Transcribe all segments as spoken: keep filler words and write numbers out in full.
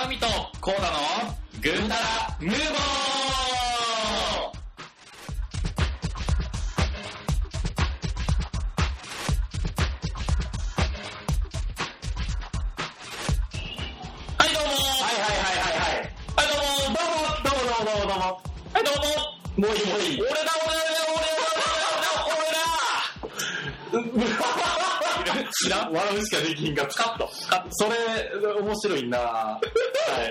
さみとコーダのぐーたらムーボー。はいどうもー。 はいはいはいはいはい。 はいどうもー。 どうもどうもどうもどうもどうも。 はいどうも。 もういいもういい。 俺だ俺だ俺だ俺だ俺だ。知らん。 笑うしかできひんがカット。カット。それ面白いな。はい。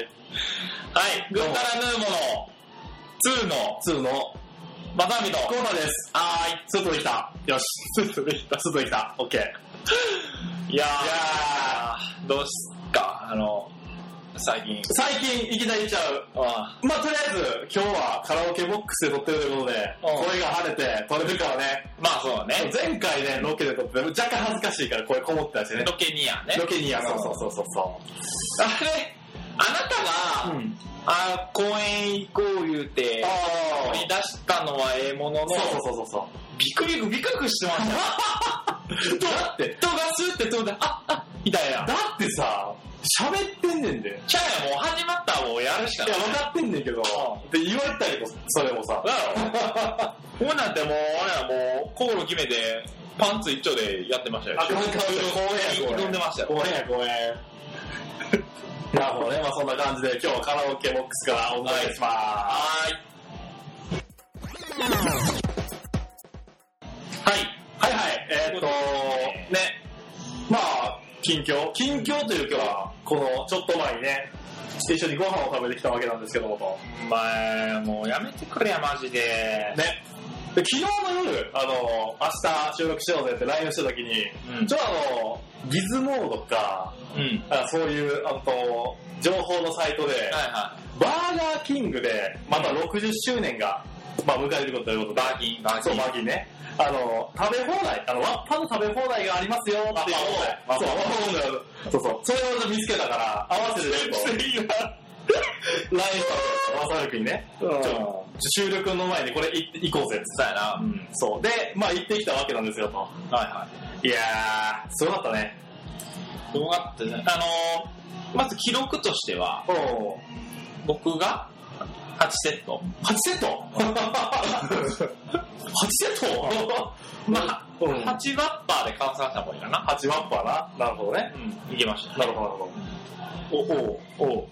はい。ぐーたらヌーボーのツーのツーのまさみとコーナーです。 はーい。 スッとできた。よし。スッとできた。スッとできた。オッケー。 いやー、 いやどうすか、あの、最近。 最近いきなり言っちゃう。 あまあとりあえず今日はカラオケボックスで撮ってるということで、 うん声が晴れて撮れるからね。 まあそうだね。 前回ね、ロケで撮って若干恥ずかしいから声こもってたしね。 ロケニアね。 ロケにや、そうそうそうそうそあれ、あなたが、 う。うん。 あ公園行こう言うて、 あ取り出したのはええものの、 そうそうそうそう。 ビクビクビクビクしてましたよ。 だって、 人がスーって飛んで、あっ、あっ、みたいな。 だってさ、喋ってんねんで。 ちゃうや、もう始まったらもうやるしかいや、 ない。 分かってんねんけど、で言われたりも、それもさ。 だろこうなんてもう、あれはもう、心決めて、パンツ一丁でやってましたよ。 あ、公園公園挑んでましたよ。 公園や公園。なるほどね、まあそんな感じで今日はカラオケボックスからお願いします。 はーい。はい。 はいはい、えー、っと、ね、まあ、近況近況というか、このちょっと前にね、一緒にご飯を食べてきたわけなんですけどもと。 お前、もうやめてくれや、マジで。 ね。で昨日の夜、あの、明日収録しようぜって ライン をした時に、 うん、 ちょっとあの、ギズモードか、 うん、 あそういうあの情報のサイトで、 はいはい、 バーガーキングでまたろくじゅっしゅうねんが、まあ、迎えることということで、 バーキン、バーキン。 そう、バーキンね。あの、食べ放題、あの、ワッパの食べ放題がありますよっていうのを、 ワッパそう、ワッパ放題、そうそう、それを見つけたから、合わせてちょっと、ライン したわさるくんにね、 うん、 ちょ収録の前にこれ行こうぜってそうやな、 うん、そう。で、まあ行ってきたわけなんですよと。 はいはい。 いやー、すごかったね。 すごかったね。あのー、まず記録としては、 お僕がはちセット。 はちセット ?はちセットまあ、 うん、 はちワッパーで換算した方がいいかな。 はちワッパーな。なるほどね。 うん、いけましたね。 なるほど、なるほど。お、お、お。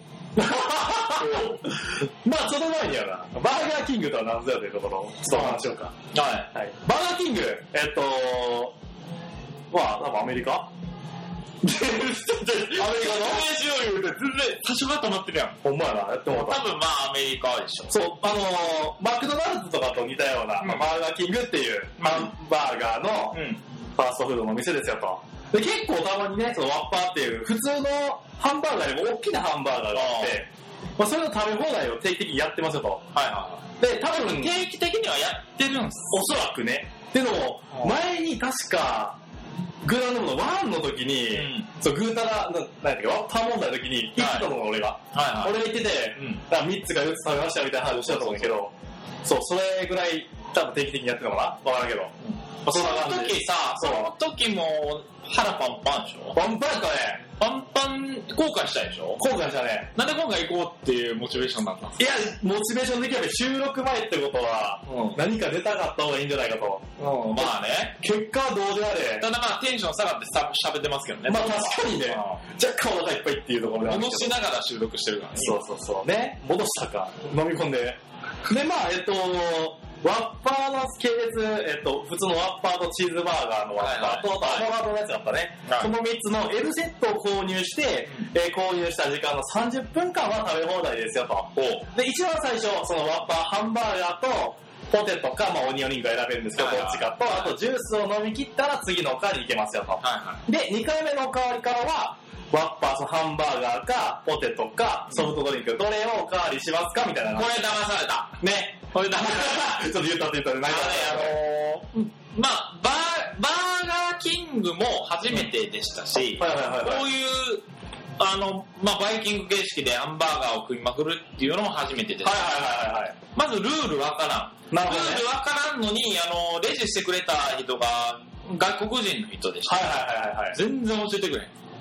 まあ、その前にはな、バーガーキングとは何ぞやというところを、ちょっと話しようか。 はい。 はい。バーガーキング、えっと、まあ、多分アメリカアメリカの説明しよう言うて、全然、最初から止まってるやん。 ほんまやな、やってもらった。 多分まあ、アメリカでしょ。 そう、あのー、マクドナルドとかと似たような、 うん、 バーガーキングっていう、ハンバーガーの、 うんファーストフードの店ですよと。で、結構たまにね、そのワッパーっていう普通のハンバーガーよりも大きなハンバーガーがあって、まあ、それの食べ放題を定期的にやってますよと。 はいはい。 で、多分、 定期的にはやってるんです。 おそらくね。でも、前に確か、グータラのワンの時に、うん、そう、グータラ、な、なんやったっけ、ワッパー問題の時に行ったと思うの、俺が。はいはい。俺が行ってて、うん、みっつかよっつ食べましたみたいな話をしたと思うんだけど、そう、それぐらい多分定期的にやってるのかなわからんけど。うんまあ、その時さ、その時も腹パンパンでしょ？ パンパンやったね。 パンパン後悔したでしょ？ 後悔したね。 なんで今回行こうっていうモチベーションだったんですか？ いや、モチベーション的には収録前ってことは、うん、何か出たかった方がいいんじゃないかと。 うん、まあね。 結果はどうであれ。 ただまあテンション下がってさ喋ってますけどね。 まあ確かにね。うん、若干お腹いっぱいっていうところで。 戻しながら収録してるからね。 そうそうそう。ね。戻したか。飲み込んで。で、まあ、えっと、ワッパーの系列、えっと、普通のワッパーとチーズバーガーのワッパーと、はいはい、あとアボカドのやつがあったね、はい。そのみっつの L セットを購入して、うん、えー、購入した時間のさんじゅっぷんかんは食べ放題ですよと。で、一番最初、そのワッパーハンバーガーと、ポテトか、まあ、オニオンリングが選べるんですけど、はいはい、どっちかと、あとジュースを飲み切ったら次のおかわりいけますよと。はいはい、で、にかいめのおかわりからは、ワッパー、そのハンバーガーか、ポテトか、ソフトドリンク、どれをおかわりしますかみたいな。 これ騙された。 ね。 これ騙された。 ちょっと言ったって言ったって、何かあのー、まあ、バー、バーガーキングも初めてでしたし、こういう、あの、まあ、バイキング形式でハンバーガーを食いまくるっていうのも初めてです。 はいはいはいはい。 まずルールわからん。 なるほどね、 ルールわからんのに、あの、レジしてくれた人が外国人の人でした。 はいはいはいはい。 全然教えてくれん。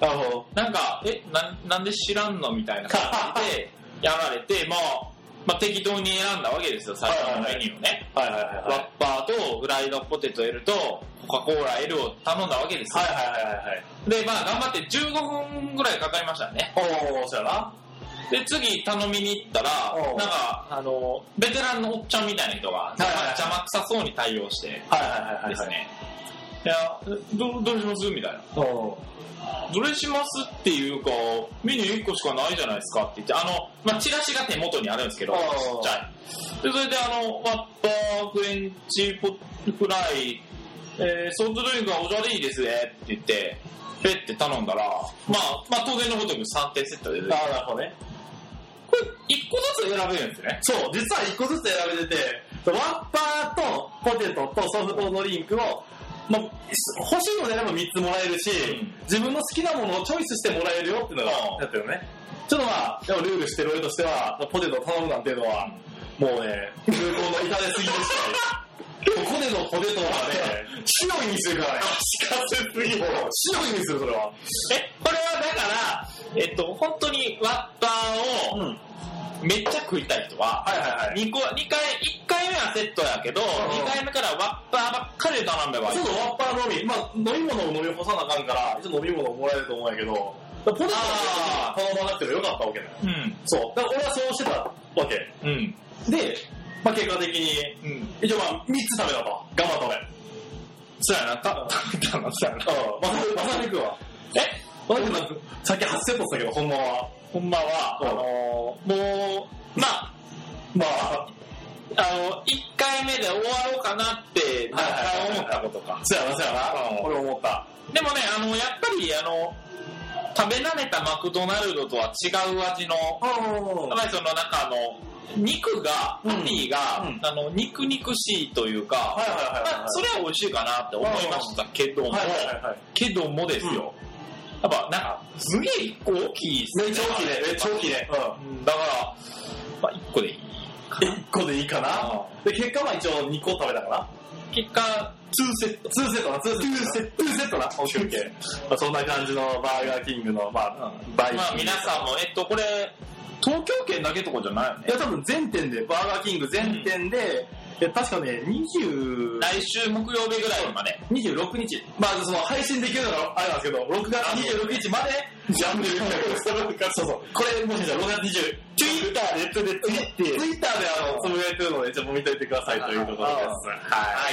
なるほど。 なんか、え、な、なんで知らんのみたいな感じでやられて、まあ、まあ、適当に選んだわけですよ、最初のメニューをね。 はいはいはいはい、 ワッパーとフライドポテト L とコカ・コーラ L を頼んだわけですよ。 はいはいはいはい。 で、まあ、頑張ってじゅうごふんぐらいかかりましたね。 おー、そうやな。 で、次頼みに行ったら、なんか、あの、ベテランのおっちゃんみたいな人が、邪魔くさそうに対応して、ですね。いや、ど、どうしますみたいな。どれしますっていうか、メニューいっこしかないじゃないですかって言って、あの、まあ、チラシが手元にあるんですけど、ちっちゃい。で、それであの、ワッパー、フレンチポフライ、えー、ソフトドリンクはお茶でいいですねって言って、ペッて頼んだら、まあ、まあ、当然のごとくさんてんセットで出て。 ああ、なるほどね。 これ、いっこずつ選べるんですね。 そう、実はいっこずつ選べてて、ワッパーとポテトとソフトドリンクを、まあ、欲しいのであればみっつもらえるし、うん、自分の好きなものをチョイスしてもらえるよっていうのがやってるね。ちょっとまあ、でもルールしてる俺としては、ポテトを頼むなんていうのは、もうね、空港の痛手すぎるし、ここでのポテトはね、死の意味するからね。 死かせすぎる。 死の意味する、それは。 え、これはだから、えっと、本当にワッパーを、うんめっちゃ食いたい人は、 はいはいはい、 にこ、にかい、いっかいめはセットやけど、にかいめからワッパーばっかりで頼めばいい。 そうそう、ワッパーのみ。まあ、飲み物を飲み干さなあかんから、一応飲み物をもらえると思うんやけど、ポテトは頼まなくてもよかったわけだよ。 うん。 そう。だから俺はそうしてたわけ。 うん。 で、まあ結果的に、うん、一応まあみっつ食べたと。頑張った俺。 そうやな、た、食べたの、そうやな。 うん。まさにくわ。えまさにくさっきはちセットしたけど、ほんまは。 ほんまは、あのー、もう、まあ、まあ、あの、いっかいめで終わろうかなって、なんか思ったことか。 そうやな、そうやな。俺思った。 でもね、あの、やっぱり、あの、食べ慣れたマクドナルドとは違う味の、やっぱりその中の、肉が、パティが、うん、あの、肉肉しいというか、それは美味しいかなって思いましたけども、はいはいはい、けどもですよ。うん、やっぱ、なんか、すげえいっこ大きいっすね。 めっちゃ大きいね、めっちゃ大きいね。 うん。だから、まあ、いっこでいいかな。 いっこでいいかな。で、結果は一応にこ食べたかな。 結果、にセット。 にセットな、にセットな。にセットな。オッケーオッケー。まあ、そんな感じのバーガーキングの、まあ、 バイキング。まあ、皆さんも、えっと、これ、東京圏だけとかじゃないよね。 いや、多分全店で、バーガーキング全店で、うん、確かね、にじゅう... 来週木曜日ぐらいまで。 にじゅうろくにち。まあ、その、配信できるのがあれなんですけど、ろくがつにじゅうろくにちまで、ジャンルそうそう。これ、もしかしたらろくがつにじゅう、 ツイッターで、ツイッターで、 ツイッターで、あの、つぶやいてるので、ちょっと見といてくださいというところです。 はい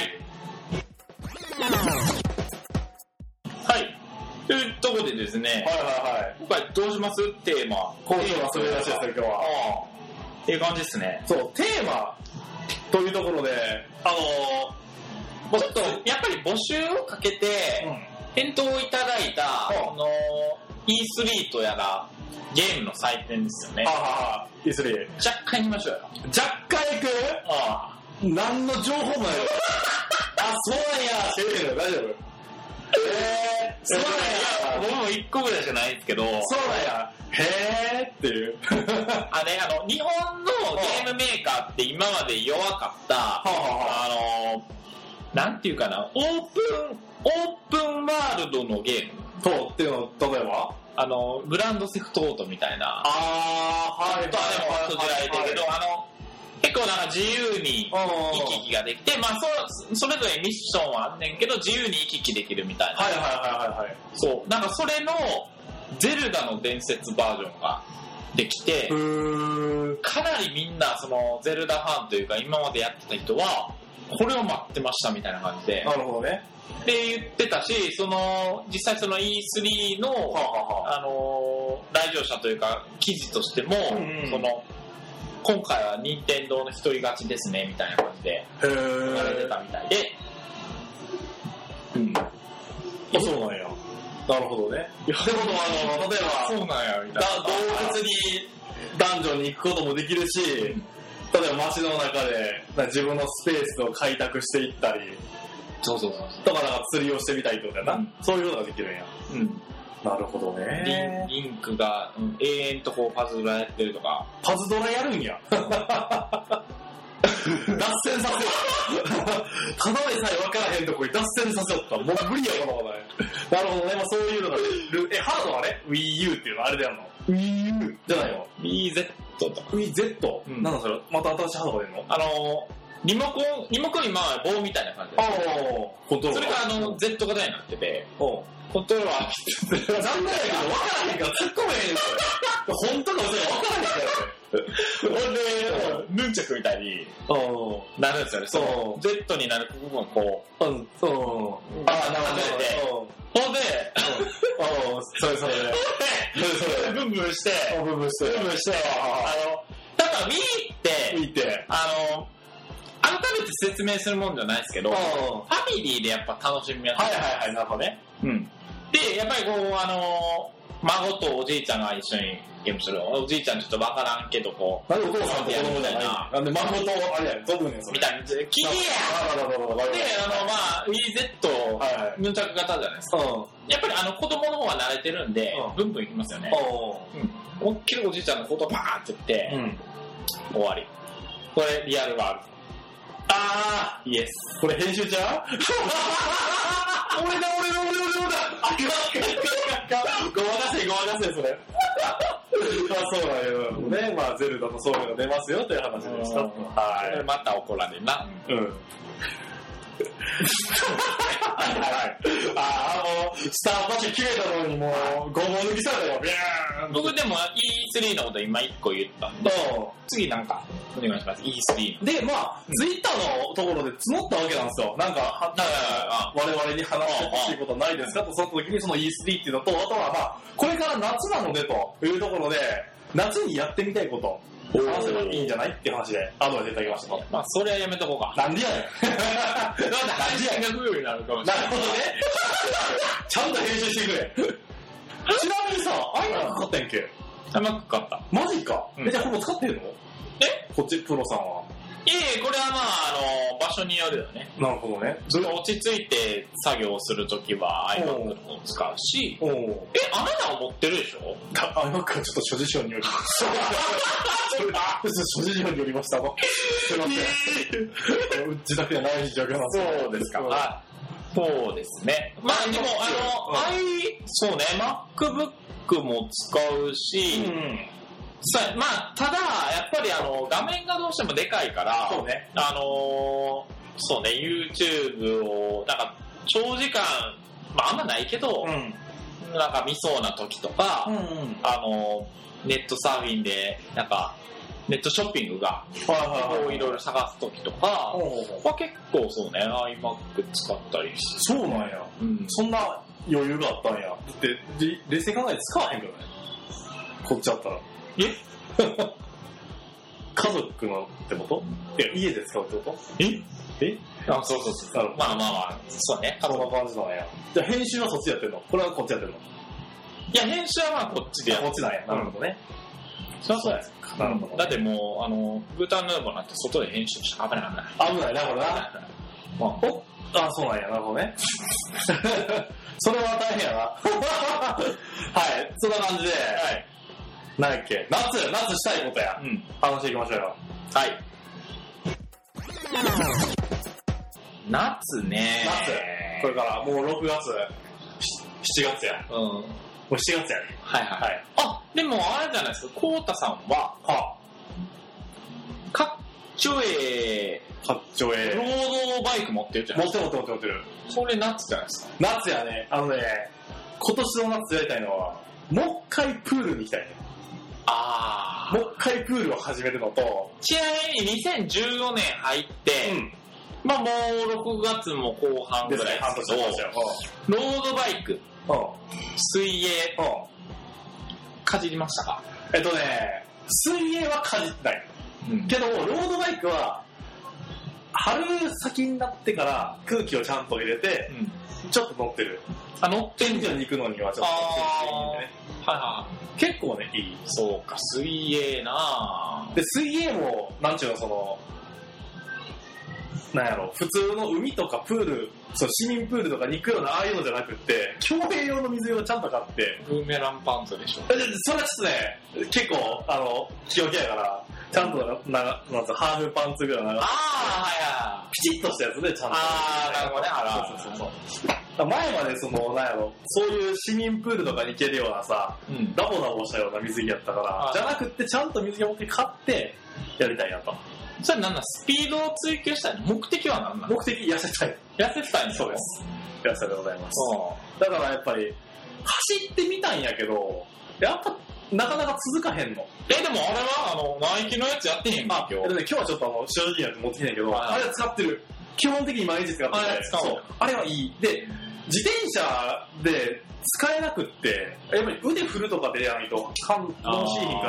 。はい。というところでですね、 はいはいはい。 今回どうしますテーマ。 コーヒーはそれらしいですよ、今日は。 っていう感じですね。 そう、テーマというところで、あのー、ちょっと、やっぱり募集をかけて、返答をいただいた、あのー、イースリー とやら、ゲームの祭典ですよね。 ははは イースリー。 若干行きましょうよ。 若干行くああ。何の情報もないよ。あ、そうなんや。知ってるよ、大丈夫。えー、そうなんや。 僕もいっこぐらいしかないんですけど。そうなんや。へーっていう。 あれ、あの、日本のゲームメーカーって今まで弱かった、はあはあ、あの、なんていうかな、オープン、オープンワールドのゲーム。 そうっていうの、例えばあの、グランドセフトオートみたいな。 あー、はい。 ちょっとあれも閉じられてるけど、あの、結構なんか自由に行き来ができて、まあそ、それぞれミッションはあんねんけど、自由に行き来できるみたいな。 はいはいはいはい。 そう。なんかそれの、ゼルダの伝説バージョンができて、かなりみんな、その、ゼルダファンというか、今までやってた人は、これを待ってましたみたいな感じで。 なるほどね。 って言ってたし、その、実際その イースリー の、はあはあ、あのー、来場者というか、記事としても、うんうん、その、今回は任天堂の一人勝ちですねみたいな感じで言われてたみたいで、 うん。あ、そうなんや。なるほどね。ってことは、あの、例えば、 そうなんやみたいな。 動物にダンジョンに行くこともできるし、うん、例えば街の中で自分のスペースを開拓していったり、 そうそうそう。 とかなんか釣りをしてみたいってことやな、うん。そういうことができるんや。 うん。 なるほどね。 リン、リンクが、うん、永遠とこうパズドラやってるとか。 パズドラやるんや。脱線させよう。 ただでさえ分からへんとこに脱線させよった。もう無理や、この話題。なるほどね、まあそういうのが、え、ハードはね、WiiU っていうのあれでやるの ?WiiU じゃないの ?WiiZ とか。 WiiZ? うん、 なんだそれ、また新しいハードが出るの？ あのー、リモコン、リモコン今は棒みたいな感じで。 ああ、コントローラー。 それがあの、Z 型になってて、コントローラー残念だけど分からへんから突っ込めへんですよ。本当か嘘か分からへんからって。 ほんで、ヌンチャクみたいになるんですよね。そう。Z になる部分をこう、うん、そう。ああ、なるほど。ほんで、 それそれ。 それブンブンして、 ブンブンして、 ブンブンして、あの、ただ Wii って、 Wii って、 あの、改めて説明するもんじゃないですけど、ファミリーでやっぱ楽しみやすい。 はいはいはい、なるほどね。 うん。で、やっぱりこう、あの、孫とおじいちゃんが一緒にゲームする。おじいちゃんちょっとわからんけど、こう。 なんでお父さんと子供じゃないな。なんで孫と、あれやん、飛ぶねん、それ。 みたいな。キリやで、あの、まあ、WiiZ、ヌンチャク型じゃないですか。やっぱりあの、子供の方は慣れてるんで、ブンブンいきますよね。うん。思いっきりおじいちゃんのことをパーって言って、終わり。これ、リアルがある。 あー、イエス。これ編集ちゃう俺だ、俺だ、俺だ、俺だ。あかん、あかん、あかん。ごまかせ、ごまかせ、それ。まあそうなんよ。ね、まあゼルダとそういうのが出ますよという話でした。 はい。また怒られるな。 うん。はいはい。ああ、もう、スタート決めたのにもう、ごぼう抜きされたよ、ビャーン。 僕でも イースリー のこと今いっこ言ったんで、次なんか、お願いします、イースリーで、まあ、ツイッターのところで募ったわけなんですよ。なんか、我々に話してほしいことないですかと、その時にその イースリー っていうのと、あとはまあ、これから夏なのでというところで、夏にやってみたいこと。話せばいいんじゃないっていう話でアドバイスいただきました。 まあそれはやめとこうか。 なんでやねん。 なんで配信が不要になるかもしれない。 なるほどね。ちゃんと編集してくれ。ちなみにさ、アイマック買ったんやんけ。 アイマック買った。 マジか。え、じゃあほぼ使ってんの？ え？ こっちプロさんは。 いえいえ、これはまあ、あの、場所によるよね。 なるほどね。 ちょっと落ち着いて作業するときは iMac の方を使うし、え、あなたは持ってるでしょ？ iMac はちょっと諸事情によりました。諸事情によりましたの。すいません。自宅にはない状況なんです。 そうですか。はい。そうですね。まあでも、あの、i、そうね、MacBook も使うし、さまあ、ただ、やっぱりあの画面がどうしてもでかいから、 そうね。 あのー、そうね、YouTube を、なんか、長時間、まああんまないけど、うん、なんか見そうな時とか、うんうん、あのー、ネットサーフィンで、なんか、ネットショッピングが、こういろいろ探す時とかは結構そうね、iMac 使ったりして。 そうなんや。うん、そんな余裕があったんや。だって、冷静に考えて使わへんからね。こっちあったら。え家族のってこといや、家で使うってことええあ、そうそうそう。まあまあまあ、そうね。 そんな感じなんや。じゃあ編集はそっちでやってんの？これはこっちやってんの？ いや、編集はまあこっちでやってる。こっちなんや。なるほどね。 そうそうです。なるほど。だってもう、あの、ブータンヌーボーなんて外で編集して危ない危ない。 危ないな、これな。おあ、そうなんや。なるほどね。それは大変やな。はい。そんな感じで。はい。何やっけ？夏、夏したいことや。うん。話していきましょうよ。 はい。夏ね。 夏。これからもうろくがつ、しちがつや。うん。もうしちがつやね。 はいはい。はい、あ、でもあれじゃないですか、コウタさんは、はあ、かっちょええ。かっちょええ。 ロードバイク持ってるじゃないですか。 持ってる持ってる持ってる。 それ夏じゃないですか。 夏やね。あのね、今年の夏やりたいのは、もう一回プールに行きたいね。 あもう一回プールを始めるのと、 ちなみににせんじゅうよねん入って、うん、まあもうろくがつも後半ぐらいですけど、ロードバイク、うん、水泳、うん、かじりましたか？ えっとね、水泳はかじってない。うん、けども、ロードバイクは、春先になってから空気をちゃんと入れて、うん、ちょっと乗ってる。 あ、乗ってんじゃん。 に行くのにはちょっといいんでね。 はいはい。 結構ね、いい。 そうか、水泳なぁ。で、水泳も、なんちゅうの、その、なんやろ、普通の海とかプール、そう、市民プールとかに行くようなああいうのじゃなくって、競泳用の水着をちゃんと買って。 ブーメランパンツでしょ。 それはちょっとね、結構、あの、気を気やから、ちゃんとな、な、なんつうハーフパンツぐらいな。ああ、はいはピチッとしたやつでちゃんと。 あー、なるほどね、あら。そうそうそう。前までその、なんやろ、そういう市民プールとかに行けるようなさ、うん、ダボダボしたような水着やったから、じゃなくってちゃんと水着を持って買ってやりたいなと。 それなんだ、スピードを追求したいの？目的は何なの？ 目的、痩せたい。 痩せたいんそうです。痩せでございます。だからやっぱり、走ってみたんやけど、やっぱ、なかなか続かへんの。 え、でもあれは、あの、ナイキのやつやってへんか、 今日。今日はちょっとあの、正直なやつ持ってきてんけど、あれは使ってる。基本的に毎日使ってて。あれ使う。そう。あれはいい。で、自転車で使えなくって、やっぱり腕振るとかでやないと、感動しいひんから、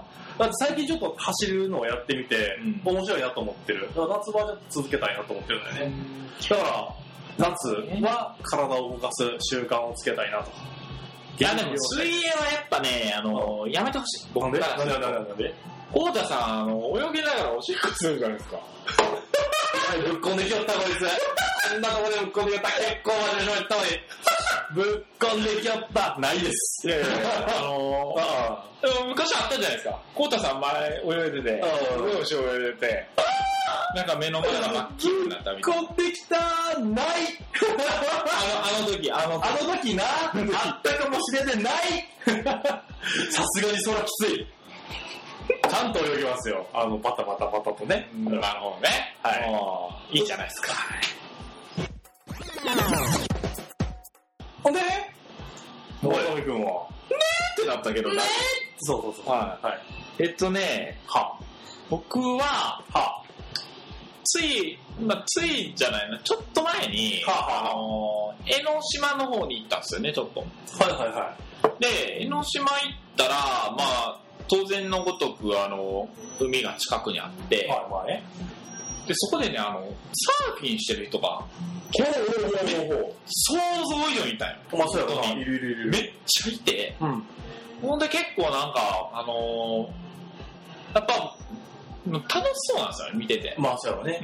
だって最近ちょっと走るのをやってみて、うん、面白いなと思ってる。だから夏場はちょっと続けたいなと思ってるんだよね。だから、夏は体を動かす習慣をつけたいなと。 いやでも水泳はやっぱね、あの、やめてほしい。 僕からすると。なんでなんで太田さん、あの、泳ぎながらおしっこするじゃないですか。 はい、ぶっこんできよった、こいつ。あんなとこでぶっこんできよった。結構真面目に言ったのに。ぶっこんできよった。ないです。いやいやいや、あのー、 ああでも昔あったじゃないですか。太田さん前泳いでて、泳し泳いでて、なんか目の前が真っ黄色になったみたいな。 ぶっこんできたーないあの、あの時、あの時。 あの時な、あったかもしれないさすがにそれはきつい。ちゃんと泳ぎますよ。あの、バタバタバタとね。 なるほどね。 はい。 いいじゃないですか。 ほんでね、村上くんは。ねーってなったけどね。 そうそうそう。はい。はい、 えっとね、は、僕は、は、つい、まあ、ついじゃないな、ちょっと前に、ははあのー、江ノ島の方に行ったんですよね、ちょっと。 はいはいはい。 で、江ノ島行ったら、まあ、当然のごとく、あの、海が近くにあって、 はいまあね、 で、そこでね、あの、サーフィンしてる人が、 ほうほうほうほう。 想像以上にいたよ。 まあそうやな、いるいるいる。 めっちゃいて、 うん。 ほんで結構なんか、あのー、やっぱ、楽しそうなんですよね、見てて。 まあそうやね。 うん。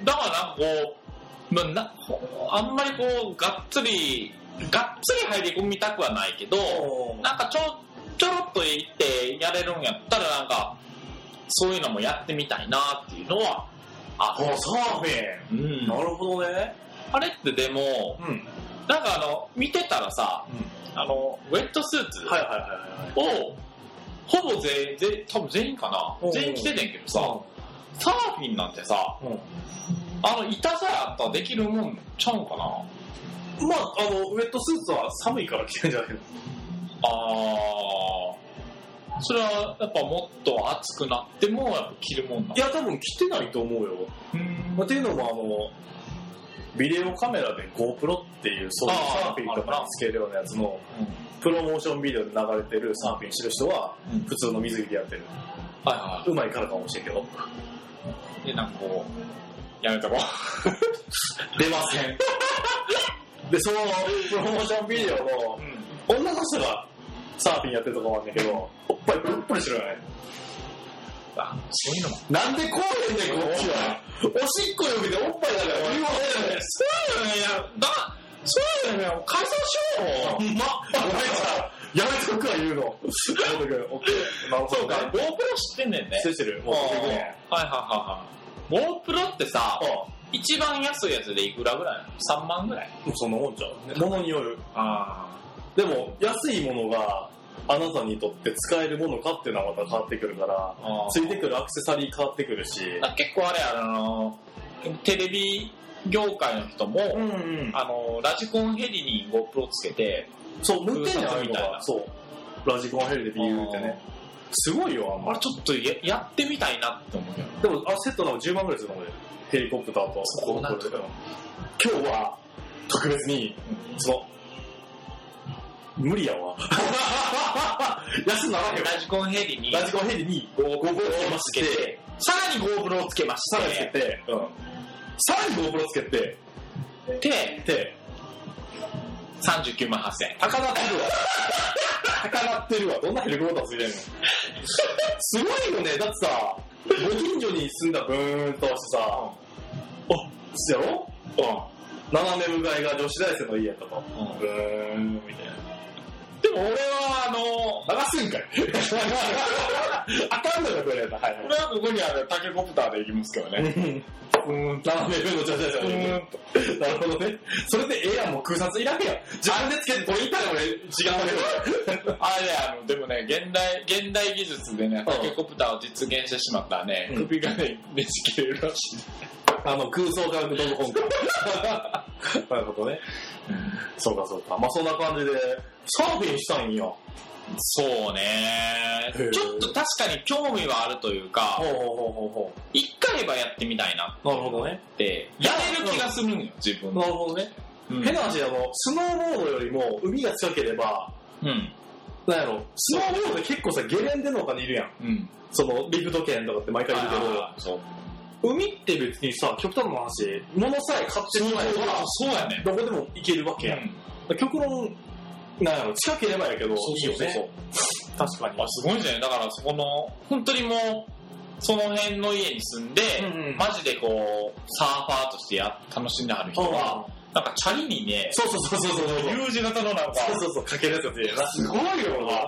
だからなんかこう、まあ、なあんまりこう、がっつり、がっつり入り込みたくはないけど、なんかちょ、ちょろっと行ってやれるんやったらなんか、そういうのもやってみたいなっていうのは、あ、 サーフィン、うん、なるほどね。 あれってでも、うん、なんかあの、見てたらさ、うん、あの、ウェットスーツを、はいはいはいはい、ほぼ全員、全多分全員かな全員着ててんけどさ、サーフィンなんてさ、うん、あの、板さえあったらできるもんちゃうんかな。 まあ、あの、ウェットスーツは寒いから着てんじゃないの。 あー、それはやっぱもっと暑くなってもやっぱ着るもんなの？ いや、多分着てないと思うよ。うん、まあ、っていうのも、あの、ビデオカメラで GoPro っていう、そういうサーフィンとかにつけるようなやつの、プロモーションビデオで流れてるサーフィンしてる人は、普通の水着でやってる。はいはい。うまいからかもしれんけど。 で、なんかこう、やめとこう。 出ません。で、そのプロモーションビデオの、うん、女の人がサーフィンやってるとこもあるんだけど、おっぱいプルップルしてるよね。 あ、そういうのも。 なんでこうへんねん、こっちは。おしっこよりでおっぱいだから言うわけだよ。 そうよね、や、だ、そうよね、解散しよう。 ほんま。ごめんなさい。やめとくわ、言うの。やめとく。オッケー。なるほど。 そうか、GoPro 知ってんねんね。 知ってる。もう知ってるね。 はいはいはいはい。GoPro ってさ、一番安いやつでいくらぐらいなの？ さん 万ぐらい？ もうそんなもんちゃう。ものによる。ああ。でも、安いものが、あなたにとって使えるものかっていうのはまた変わってくるから、ついてくるアクセサリー変わってくるし。 結構あれ、あの、テレビ業界の人も、うんうん、あの、ラジコンヘリに GoPro つけて、 そう、向ってんじゃないみたいな。そう。ラジコンヘリでビューってね。すごいよ、 あんま。あれちょっと や, やってみたいなって思うけど。でも、あセットなんかじゅうまんぐらいするので、ヘリコプターと。そうなんだけど。今日は、特別に、その、無理やわ。安ならへん。 ラジコンヘリに。 ラジコンヘリに GoPro をつけて、 さらに GoPro をつけまして、 さらにつけて、うん。さらに GoPro つけて、 で、で、さんじゅうきゅうまんはっせんえん。 高なってるわ。高なってるわ。どんなヘリコプターついてんの？すごいよね。だってさ、ご近所に住んだブーンとしてさ、あ、そやろ？うん。斜め向かいが女子大生の家やったと。うん。ブーン、みたいな。 ででも俺はあの流すんかいあかんのかこれやったら、はいはい、 俺はここにあるタケコプターで行きますけどねうーん、斜め上の女性者に。なるほどね。それでええやん、もう空撮いらんやん。自分でつけてこれいったら俺違うわけあれあの、でもね、現代、現代技術でね、タケコプターを実現してしまったらね、うん、首がね、ねじ切れるらしい。 あの、空想科学ドブコンか。なるほどね。うん、そうかそうか。まあそんな感じで、サーフィンしたいんや。 そうね。ちょっと確かに興味はあるというか、ほうほうほうほう一回はやってみたいななるほどね。 ってやれる気がするんよ、自分。 なるほどね。うん、変な話、あの、スノーボードよりも海が近ければ、うん。なんやろ、スノーボードで結構さ、ゲレンデの他にいるやん。うん。その、リフト券とかって毎回いるけど、そう。海って別にさ、極端な話、物さえ買ってしまえば、 そうやね。 どこでも行けるわけやん。うん、極論、なんやろ、近ければやけど、 そうそうそうそういいよね。 確かに。 あ、すごいじゃない。だからそこの、本当にもう、その辺の家に住んで、うんうん、マジでこう、サーファーとしてや楽しんではる人は、うん、なんかチャリにね、 そうそうそうそうそう、 U 字型のなんか、 そうそうそう、かけるやつやってな。すごいよな。うん。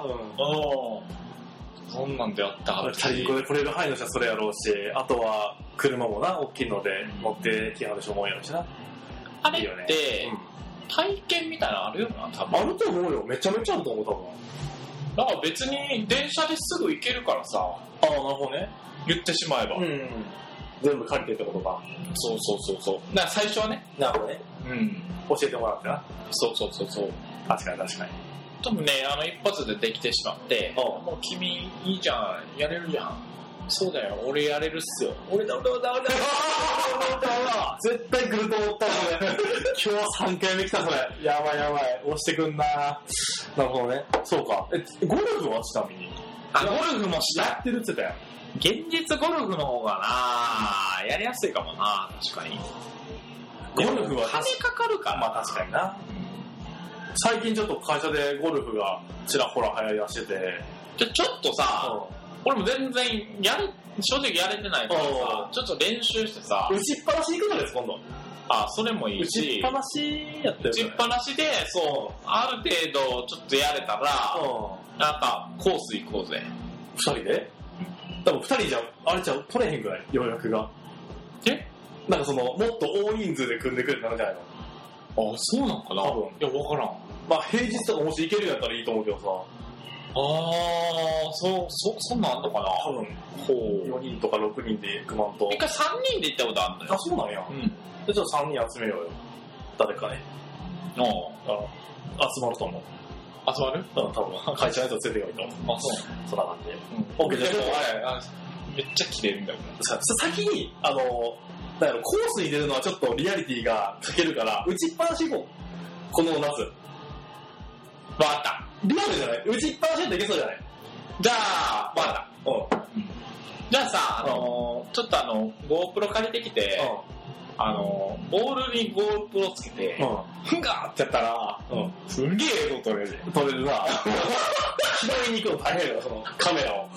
そんなんでやったはるし。 チャリンコで来れる範囲の人はそれやろうし、あとは車もな、大きいので持ってきはる人も多いやろしな。 あれって、いいよね、うん、体験みたいなのあるよな、多分。 あると思うよ。めちゃめちゃあると思う、多分。 だから別に電車ですぐ行けるからさ。 ああ、なるほどね。 言ってしまえば。うん。 全部借りてってことか。 そうそうそうそう。だから最初はね。 なるほどね。うん。教えてもらってな。 そうそうそうそう。 確かに確かに。 多分ね、あの一発でできてしまって、もう君いいじゃん、やれるじゃん。そうだよ、俺やれるっすよ。俺だ、俺だ、俺だ、俺だ、俺だ、 絶対来ると思ったのね。今日さんかいめ来た、それ。やばいやばい。押してくんな。なるほどね。そうか。え、ゴルフはちなみに。 あ、ゴルフもした。 やってるって言ってたよ。 現実ゴルフの方がな、やりやすいかもな、確かに。 ゴルフは金かかるから。 まあ確かにな。最近ちょっと会社でゴルフがちらほら流行りだしてて。 ちょ、ちょっとさ、うん、俺も全然やる、正直やれてないからさ、ちょっと練習してさ。 打ちっぱなし行くのです、今度。 あ、それもいいし。 打ちっぱなしやってる、ね。 打ちっぱなしで、そう、ある程度ちょっとやれたら、うん、なんかコース行こうぜ。 二人で多分二人じゃ、あれじゃ取れへんぐらい、予約が。 えなんかその、もっと大人数で組んでくれってなるんじゃないの？ あ、そうなんかな多分。いや、わからん。 まあ、平日とかもし行けるんやったらいいと思うけどさ。 あー、そう、そ、そんなんあんのかな多分。ほう。よにんとかろくにんで組まんと。 一回さんにんで行ったことあるんだよ。 あ、そうなんや。うん。で、ちょっとさんにん集めようよ。誰かね。 ああ。集まると思う。 集まる？ うん、多分。会社のやつ連れてこいと思う。 あ、そう。 そんな感じで。 うん。オッケー、じゃあ、めっちゃ切れるんだよ。 先に、あの、だからコースに出るのはちょっとリアリティが欠けるから、打ちっぱなし行こう。この夏。 わかった。 リアルじゃない？打ちっぱなしでいけそうじゃない？ じゃあ、わかった。うん。じゃあさ、あのー、ちょっとあの、GoPro 借りてきて、うん、あのー、ボールに GoPro つけて、うん、ふんがーってやったら、うん、すんげえ映像撮れる。 撮れるな。拾いに行くの大変よ、そのカメラを。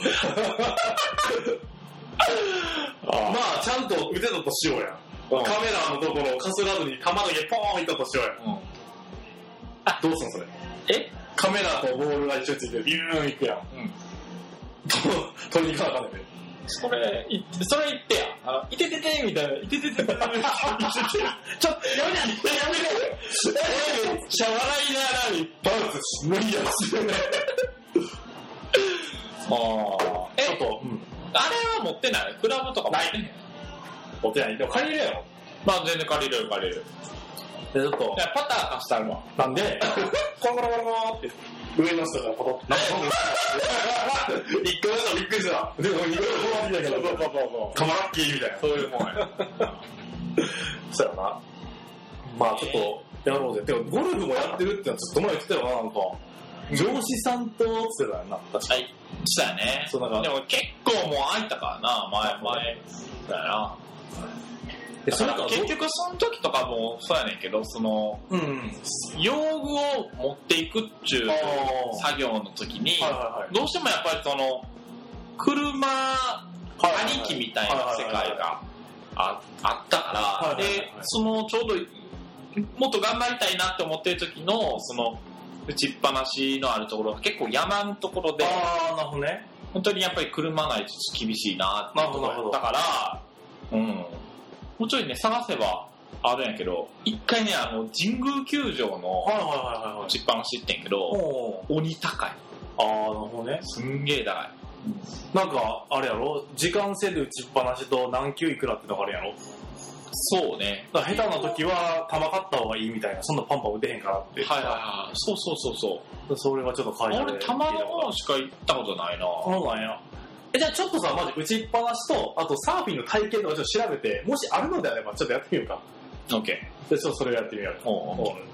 あまあ、ちゃんと打てたとしようや。うん、カメラのところをかすらずに球だけポーンいったとしようや。うん、あ、どうすんのそれ。 えカメラとボールが一緒についてビューンいくやん。うん。取りに行かなあかんねん。 それ、い、それ言ってや。あの、いてててみたいな。いてててて。ちょっと、やめて、やめて。めっちゃ笑いながらに、 バウンス無理やし。 ああ。え、ちょっと、うん。あれは持ってないクラブとか持ってない持ってない。でも借りれるやろ。 まあ全然借りれる借りれる。 で、ちょっと。 いや、パター貸したるわ。 なんで、コロコロコロコロって、上の人がポトッと。一個目のびっくりした。でも、二個目のコロってだけど、そうそうそう。カマラッキーみたいな。 そういうもんや。 そうやな。まあちょっと、やろうぜ。でも、ゴルフもやってるってのはずっと前言ってたよな、なんか。上司さんとってたよな、確かに。 はい。そうやね。そうなんか。でも結構もう空いたからな、前、前。だよな。でそれか結局その時とかもそうやねんけど、その、うん、用具を持っていくっちゅう作業の時に、はいはいはい、どうしてもやっぱりその、車ありきみたいな世界が あ, あったから、で、そのちょうどもっと頑張りたいなって思ってる時の、その、 打ちっぱなしのあるところが結構山のところで、 ああ、なるほどね。 本当にやっぱり車ないと厳しいなっていうところだから、うん、もうちょいね探せばあるんやけど、一回ねあの神宮球場の打ちっぱなしってんけど、鬼高い。 ああ、なるほどね。 すんげえ高い。 なんかあれやろ、時間制で打ちっぱなしと何球いくらってのがあるやろ。 そうね。 だから下手な時は球勝った方がいいみたいな、そんなパンパン打てへんからって。 はいはいはい。そうそうそうそう。 それはちょっと書いてある。 俺球の方しか行ったことないな。 そうなんや。え、じゃあちょっとさ、マジ打ちっぱなしと、あとサーフィンの体験とかちょっと調べて、もしあるのであればちょっとやってみようか。 オッケー。で、ちょっとそれをやってみよう。おうおう。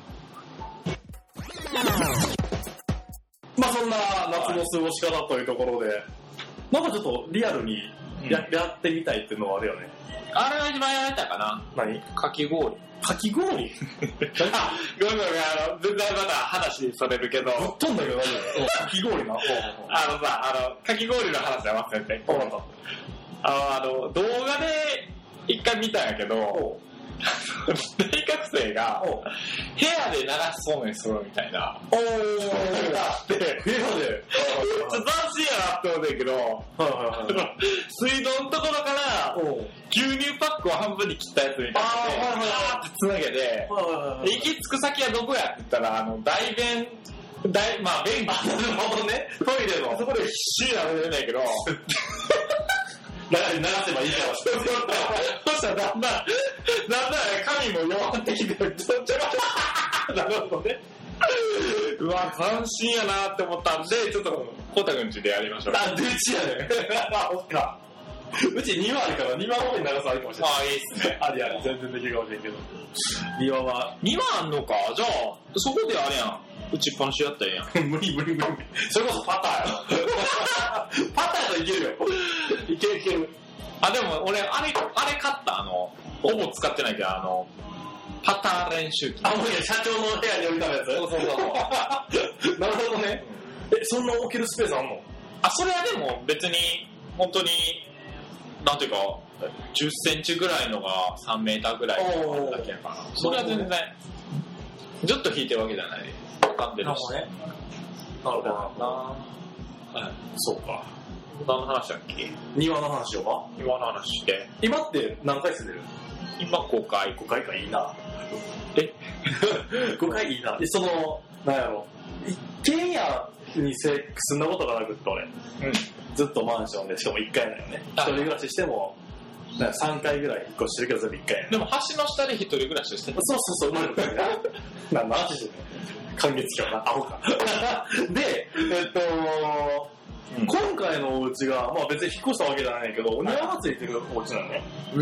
まあそんな夏の過ごし方というところで、なんかちょっとリアルに や,、うん、やってみたいっていうのはあるよね。 あれが一番やられたかな。 何？ かき氷。 かき氷？あ、ごめんごめん、 あの、全然また話それるけど。ぶっ飛んだけど大丈夫。かき氷な。 あのさ、あの、かき氷の話は忘れて。あの、あの、動画で一回見たんやけど、大学生が部屋で流しそうめんするみたいな。おー。があって、部屋で。ちょっと斬新やなって思うんだけど、水道のところから牛乳パックを半分に切ったやつみたいな。あーってつなげて、行き着く先はどこやって言ったら、あの、大便、大、まあ、便器。なるほどね。トイレの。そこで必死になるんだけど、流せばいいから。そしたらだんだん、だんだん神も弱ってきて、ちょちょなるほどね。うわ、斬新やなって思ったんで、ちょっと、コタくん家でやりましょう。あ、で、うちやね。あ、おっか。うち庭あるから、庭の方に長さあるかもしれない。ああ、いいっすね。ありあり、全然できるかもしれんけど。庭は。庭あんのか。じゃあ、そこであれやん。打ちっぱなしやったらええやん。無理無理無理無理。それこそパターやろ。パターやったらいけるよ。いけるいける。あ、でも俺、あれ、あれ買った。あの、ほぼ使ってないけど、あの、パター練習機。あ、もういや、社長の部屋に置いたやつ。そうそうそう。なるほどね。え、そんな置けるスペースあんの？あ、それはでも別に、本当に、なんていうか、じゅっセンチぐらいのがさんメーターぐらいのだけやから。それは全然、ずっと引いてるわけじゃない。わかんでるし。なるほどね。なるほどな。はい。そうか。何の話だっけ？庭の話しようか？庭の話して。今って何回住んでる？今ごかい。ごかいかいいな。えごかいいいな。その、なんやろ。一軒家に住んだことがなくって俺。うん。ずっとマンションで、しかもいっかいだよね。一人暮らししても、さんかいぐらい引っ越してるけど全部いっかいやね。でも橋の下で一人暮らししてる。そうそうそう、生まれたから。何の話してるの？感激今日な、アホか。で、えっと、うん、今回のお家が、まあ別に引っ越したわけじゃないけど、お庭がついてるお家なのね。え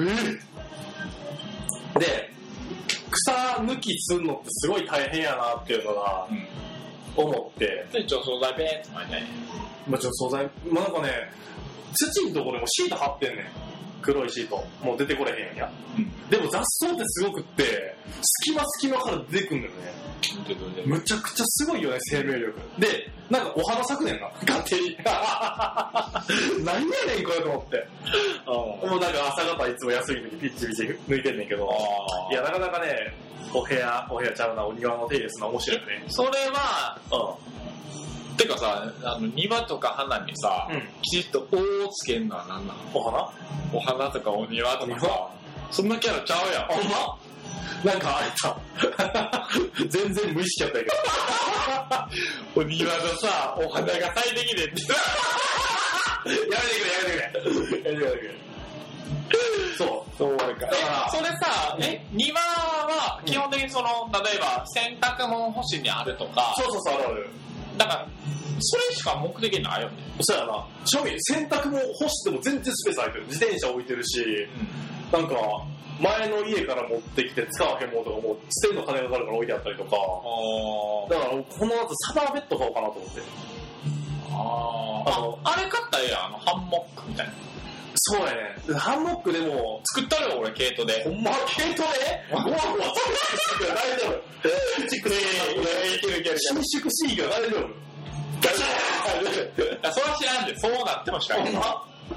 ー、で、草抜きするのってすごい大変やなっていうのが、思って。で、除草剤ペーンって巻いてね。まあ除草剤、まあなんかね、土のところでもシート貼ってんねん。黒いシート。もう出てこれへんやん。うん、でも雑草ってすごくって、隙間隙間から出てくんだよね。むちゃくちゃすごいよね、生命力。で、なんかお花咲くねんな、勝手に。何やねんこれと思って。もうなんか朝方いつも休みの時ピッチピチ抜いてんねんけど、いやなかなかね、お部屋、お部屋ちゃうな、お庭の手入れするの面白いよね。それは、うん。てかさ、あの庭とか花にさ、うん、きちっと「お」をつけんのは何なの？お花？お花とかお庭とかさ、そんなキャラちゃうやん。ほんま？なんかあいた。全然無意識やったけど。お庭のさ、お花が咲いてきてって。やめてくれ、やめてくれ。やめてくれ、やめてくれ。そう。そうか。だから、それさ、え、庭は基本的にその、例えば洗濯物干しにあるとか。そうそうそう、あるある。だから、それしか目的ないよね。そうやな。正味、洗濯物干しても全然スペース空いてる。自転車置いてるし、うん、なんか、前の家から持ってきて使わへんものとかも捨てるの金がかかるから置いてあったりとか。あだからこの後サマーベッド買おうかなと思って。ああのあれ買ったらええやん、あのハンモックみたいな。そうやね。ハンモックでも作ったよ俺毛糸で。ほんま毛糸で？ごわごわ大丈夫。伸縮しいけるいける。伸縮しいけど大丈夫。ガシャーン。それは知らんで、そうなっても知らん。ほんま？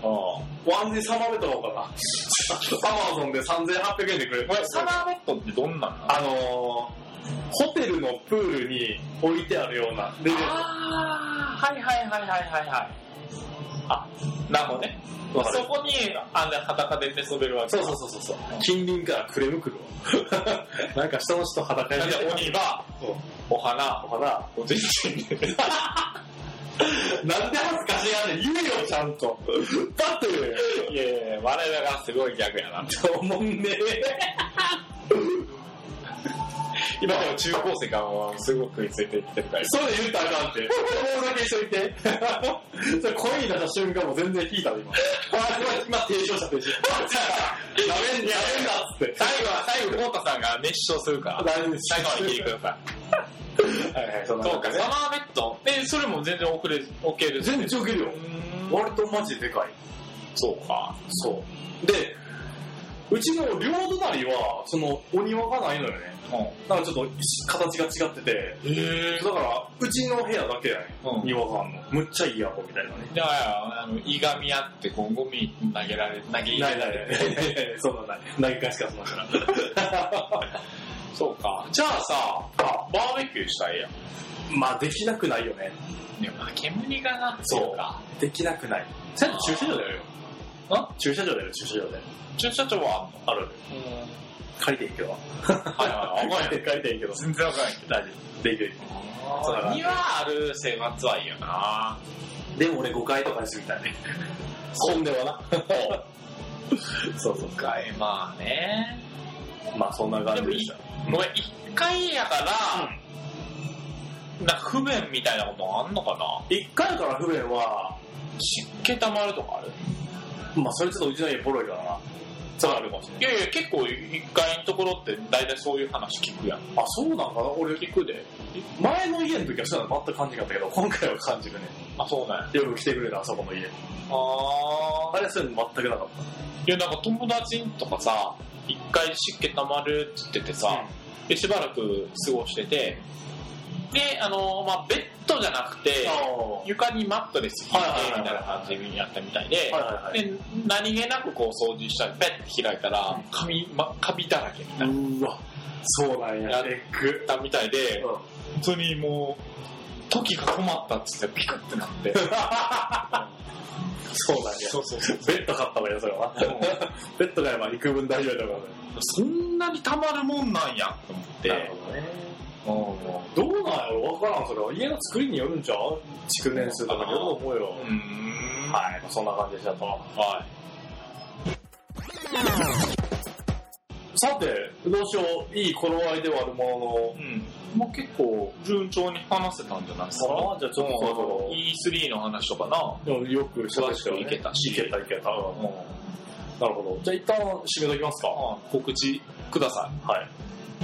ワンジサマーベッドの方かな。アマゾンでさんぜんはっぴゃくえんでくれる。 これサマーベッドってどんなの？ あのー、ホテルのプールに置いてあるようなレベル。 あー、はいはいはいはいはいはい。あ、なるほどね。そこにあんな裸で寝そべるわけ。 そうそうそうそう。近隣からクレーム来るわ。なんか下の人裸に。 鬼は、お花、 お花、 おじいちゃんで。 なんで恥ずかしいやねん、言えよちゃんと。だっていやいや、我らがすごいギャグやな。 と思んね今でも中高生がすごく食いついてきてるから。 そう言ったらあかんって。もうだけ一緒にいて。それ声に出した瞬間も全然引いたの今。今提唱者提唱。やめんやめんだっつって。 最後は最後、コウタさんが熱唱するから。 大丈夫です。 最後まで聞いてください。はいはい、そうか、サマーベッド。え、それも全然遅れ、OK です。 全然置けるよ。割とマジででかい。 そうか。 そう。で、うちの両隣は、その、お庭がないのよね。うん。だからちょっと形が違ってて。へー。だから、うちの部屋だけやね、うん、庭があんの。むっちゃいいやろ、みたいなね。 だから、あの、いがみ合って、こう、ゴミ投げられ、投げ入れられ。 ないないないない。そんなない。投げ返しかそんなから。 そうか。じゃあさ、バーベキューしたらええやん。 まあ、できなくないよね。 でも、煙がな、 そうか。できなくない。さっき駐車場でやるよ。あ駐車場でやる、駐車場で。 駐車場はある。借りていいけど。はいはいはい。借りていいけど。 全然わからないけど。 大丈夫。できる。 庭ある生活はいいよな。 でも俺ごかいとかに住みたいね。そんではな。そうそう。 ごかい、まあね。 まあそんな感じでした。 ごめん、いっかいやから、うん、なんか不便みたいなことあんのかな？ いっ 回から不便は、 湿気たまるとかある？ まあそれちょっとうちの家ボロいからな。そうあるかもしれない。 いやいや、結構いっかいのところって大体そういう話聞くやん。 あ、そうなんかな？俺聞くで。 前の家の時はそういうの全く感じなかったけど、今回は感じるね。 あ、そうね。 よく来てくれた、あそこの家。 ああれそういうの全くなかった。 いや、なんか友達とかさ、いっかい湿気たまるって言っててさ、うん、でしばらく過ごしてて、で、あのー、まあベッドじゃなくて、床にマットレス引いて、みたいな感じにやったみたいで、で、何気なくこう掃除したら、ペッて開いたら、カビ、ま、カビだらけみたいな。 うわ、そうなんや。 やったみたいで、うん、本当にもう、時が困ったっつってピクってなって。 そうなんや。そうそうそう。ベッド買ったわよ、それは。ベッドが今幾分大丈夫だからね。 そんなに溜まるもんなんやと思って。 なるほどね。どうなんやろ分からん、それは。家の作りによるんちゃう？築年数とかによると思うよ。うーん。はい、そんな感じでしたと。はい。さて、どうしよう。いい頃合いではあるものの、 うん。もう結構順調に話せたんじゃないですか。 ああ、じゃあちょっとそろ イースリー の話とかな。 よく詳しくいけたし。いけたいけた。うん。なるほど。じゃあ一旦締めときますか。 告知ください。はい。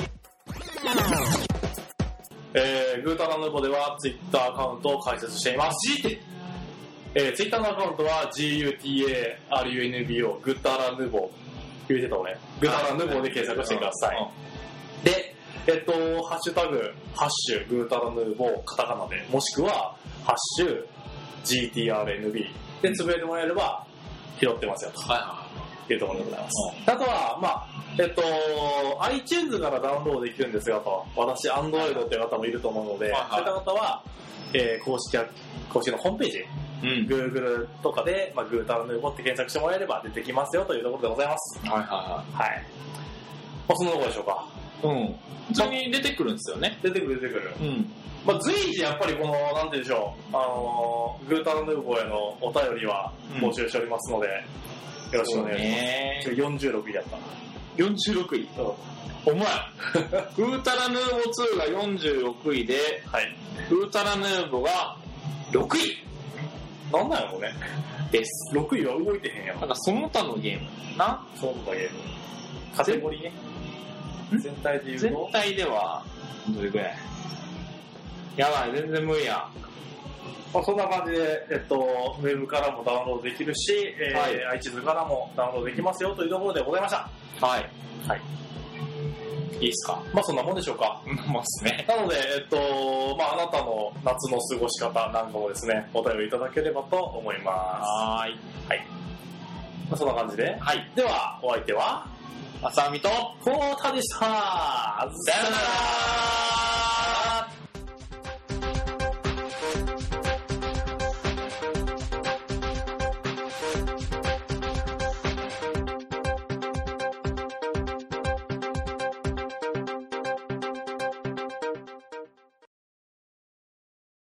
えー、グータラヌボではツイッターアカウントを開設しています。 G ってえー、ツイッターのアカウントは ジーユーティーエーアールユーエヌビーオー グータラヌボ言うてた俺。グータラヌボで検索してください。で、えっと、ハッシュタグ、ハッシュ、グータラヌボ、カタカナで、もしくは、ハッシュ、ジーティーアールエヌビー でつぶやいてもらえれば、拾ってますよと。はいはい。いうところでございます。あとは、まあ、えっと、iTunes からダウンロードできるんですがと、私、Android っていう方もいると思うので、はいはい、そういった方は、えー、公式、公式のホームページ、うん、Google とかで、まあ、グータラヌーボって検索してもらえれば出てきますよというところでございます。はいはいはい。はい。まあ、そんなところでしょうか。うん。 普通に出てくるんですよね。 出てくる出てくる。うん。まあ、随時やっぱりこの、なんて言うんでしょう、あのー、グータラヌーボへのお便りは募集しておりますので、うん、よろしくお願いします。よんじゅうろくいだった。 よんじゅうろくい。うん。お前、グータラヌーボツーがよんじゅうろくいで、はい、グータラヌーボがろくい。 なんなんやろうね。 です。 ろくいは動いてへんやろ。 なんかその他のゲームな。 その他ゲーム。カテゴリーね。全体で言うと全体では、どれくらい？やばい、全然無理や。 まあ、そんな感じで、えっと、ウェブからもダウンロードできるし、えーはい、iTunes からもダウンロードできますよというところでございました。はい。はい。 いいっすか？ まあそんなもんでしょうか。 もうっすね。 なので、えっと、まああなたの夏の過ごし方なんかもですね、お便りいただければと思います。はーい。はい。 まあ、そんな感じで。 はい。 では、お相手は、 あさみと、 こうたでした。さよなら。